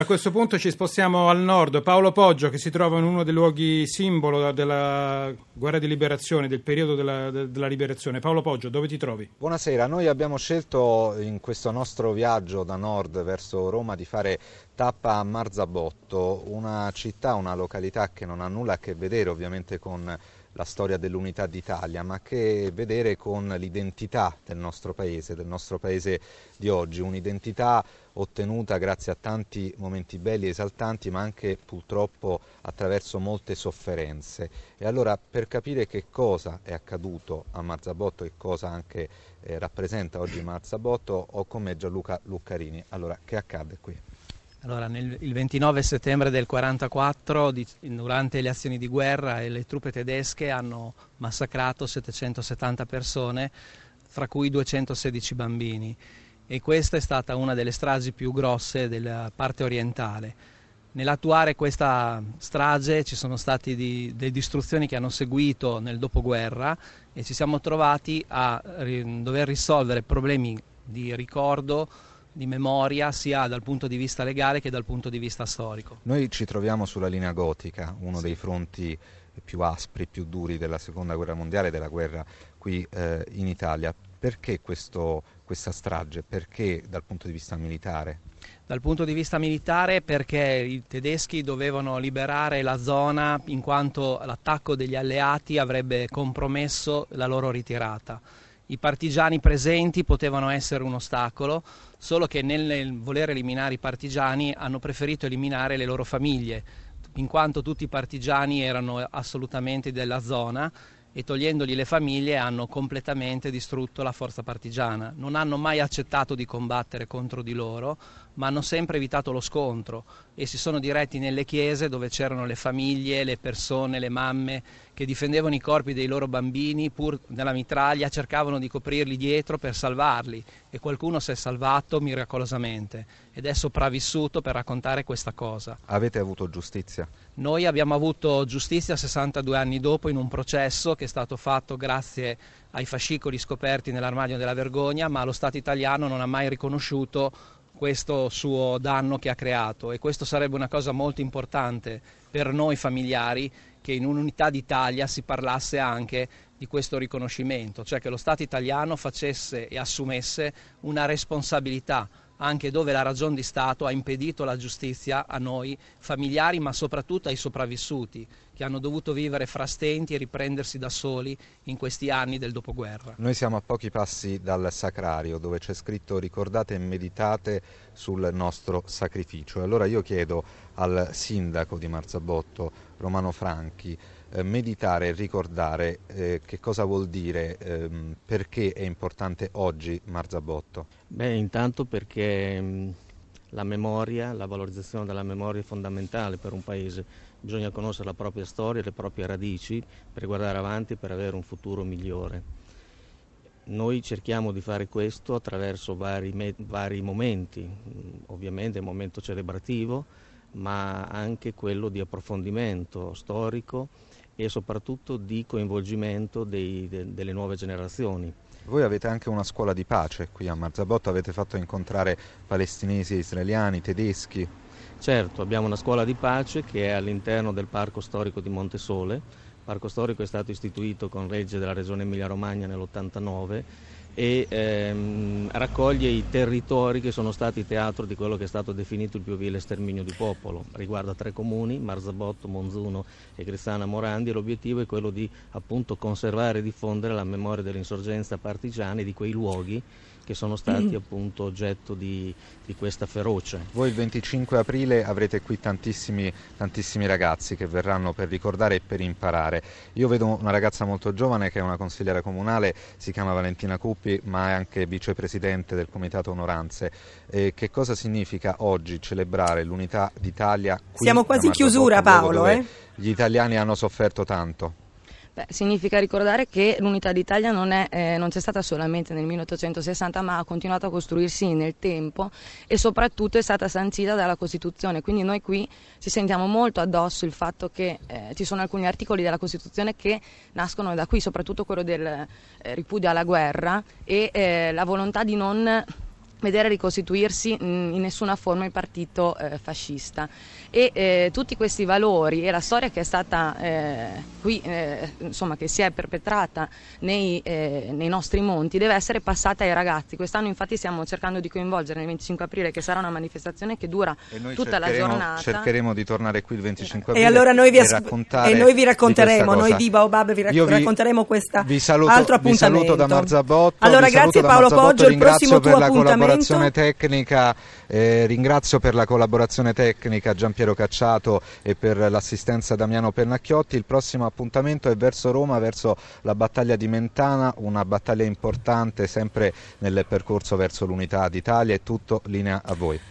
A questo punto ci spostiamo al nord. Paolo Poggio, che si trova in uno dei luoghi simbolo della guerra di liberazione, del periodo della liberazione. Paolo Poggio, dove ti trovi? Buonasera, noi abbiamo scelto in questo nostro viaggio da nord verso Roma di fare tappa a Marzabotto, una città, una località che non ha nulla a che vedere ovviamente con la storia dell'unità d'Italia, ma che vedere con l'identità del nostro paese di oggi, un'identità ottenuta grazie a tanti momenti belli e esaltanti, ma anche purtroppo attraverso molte sofferenze. E allora, per capire che cosa è accaduto a Marzabotto e cosa anche rappresenta oggi Marzabotto, ho con me Gianluca Luccarini. Allora, che accadde qui? Allora, il 29 settembre del 1944, durante le azioni di guerra, le truppe tedesche hanno massacrato 770 persone, fra cui 216 bambini. E questa è stata una delle stragi più grosse della parte orientale. Nell'attuare questa strage ci sono state delle distruzioni che hanno seguito nel dopoguerra e ci siamo trovati a dover risolvere problemi di ricordo, di memoria, sia dal punto di vista legale che dal punto di vista storico. Noi ci troviamo sulla linea gotica, uno dei fronti più aspri, più duri della seconda guerra mondiale, della guerra qui in Italia. Perché questa strage? Perché dal punto di vista militare? Dal punto di vista militare perché i tedeschi dovevano liberare la zona in quanto l'attacco degli alleati avrebbe compromesso la loro ritirata. I partigiani presenti potevano essere un ostacolo, solo che nel voler eliminare i partigiani hanno preferito eliminare le loro famiglie, in quanto tutti i partigiani erano assolutamente della zona e togliendogli le famiglie hanno completamente distrutto la forza partigiana. Non hanno mai accettato di combattere contro di loro, ma hanno sempre evitato lo scontro e si sono diretti nelle chiese dove c'erano le famiglie, le persone, le mamme che difendevano i corpi dei loro bambini, pur nella mitraglia cercavano di coprirli dietro per salvarli e qualcuno si è salvato miracolosamente ed è sopravvissuto per raccontare questa cosa. Avete avuto giustizia? Noi abbiamo avuto giustizia 62 anni dopo in un processo che è stato fatto grazie ai fascicoli scoperti nell'armadio della vergogna, ma lo Stato italiano non ha mai riconosciuto questo suo danno che ha creato e questo sarebbe una cosa molto importante per noi familiari, che in un'unità d'Italia si parlasse anche di questo riconoscimento, cioè che lo Stato italiano facesse e assumesse una responsabilità anche dove la ragion di Stato ha impedito la giustizia a noi familiari, ma soprattutto ai sopravvissuti che hanno dovuto vivere fra stenti e riprendersi da soli in questi anni del dopoguerra. Noi siamo a pochi passi dal Sacrario, dove c'è scritto ricordate e meditate sul nostro sacrificio. Allora io chiedo al sindaco di Marzabotto, Romano Franchi, meditare e ricordare che cosa vuol dire, perché è importante oggi Marzabotto? Beh, intanto perché la memoria, la valorizzazione della memoria è fondamentale per un paese. Bisogna conoscere la propria storia, le proprie radici per guardare avanti e per avere un futuro migliore. Noi cerchiamo di fare questo attraverso vari momenti, ovviamente il momento celebrativo, ma anche quello di approfondimento storico e soprattutto di coinvolgimento delle nuove generazioni. Voi avete anche una scuola di pace qui a Marzabotto, avete fatto incontrare palestinesi e israeliani, tedeschi. Certo, abbiamo una scuola di pace che è all'interno del Parco Storico di Montesole. Il Parco Storico è stato istituito con legge della Regione Emilia-Romagna nell'89 e raccoglie i territori che sono stati teatro di quello che è stato definito il più vile sterminio di popolo. Riguarda 3 comuni, Marzabotto, Monzuno e Cristana Morandi, e l'obiettivo è quello di appunto conservare e diffondere la memoria dell'insorgenza partigiana e di quei luoghi che sono stati appunto oggetto di questa ferocia. Voi il 25 aprile avrete qui tantissimi ragazzi che verranno per ricordare e per imparare. Io vedo una ragazza molto giovane che è una consigliera comunale, si chiama Valentina Cuppi, ma è anche vicepresidente del Comitato Onoranze. Che cosa significa oggi celebrare l'unità d'Italia qui? Siamo quasi in chiusura, Paolo. Gli italiani hanno sofferto tanto. Beh, significa ricordare che l'unità d'Italia non c'è stata solamente nel 1860, ma ha continuato a costruirsi nel tempo e soprattutto è stata sancita dalla Costituzione. Quindi noi qui ci sentiamo molto addosso il fatto che ci sono alcuni articoli della Costituzione che nascono da qui, soprattutto quello del ripudio alla guerra e la volontà di non vedere ricostituirsi in nessuna forma il partito fascista, e tutti questi valori e la storia che è stata qui, insomma, che si è perpetrata nei nostri monti deve essere passata ai ragazzi. Quest'anno infatti stiamo cercando di coinvolgere nel 25 aprile, che sarà una manifestazione che dura tutta la giornata. Cercheremo di tornare qui il 25 aprile e allora noi vi racconteremo, noi di Baobab vi racconteremo questo altro appuntamento. Vi saluto da Marzabotto. Allora grazie Paolo Poggio, il prossimo tuo appuntamento. Ringrazio per la collaborazione tecnica Giampiero Cacciato e per l'assistenza Damiano Pennacchiotti. Il prossimo appuntamento è verso Roma, verso la battaglia di Mentana, una battaglia importante sempre nel percorso verso l'unità d'Italia. È tutto, linea a voi.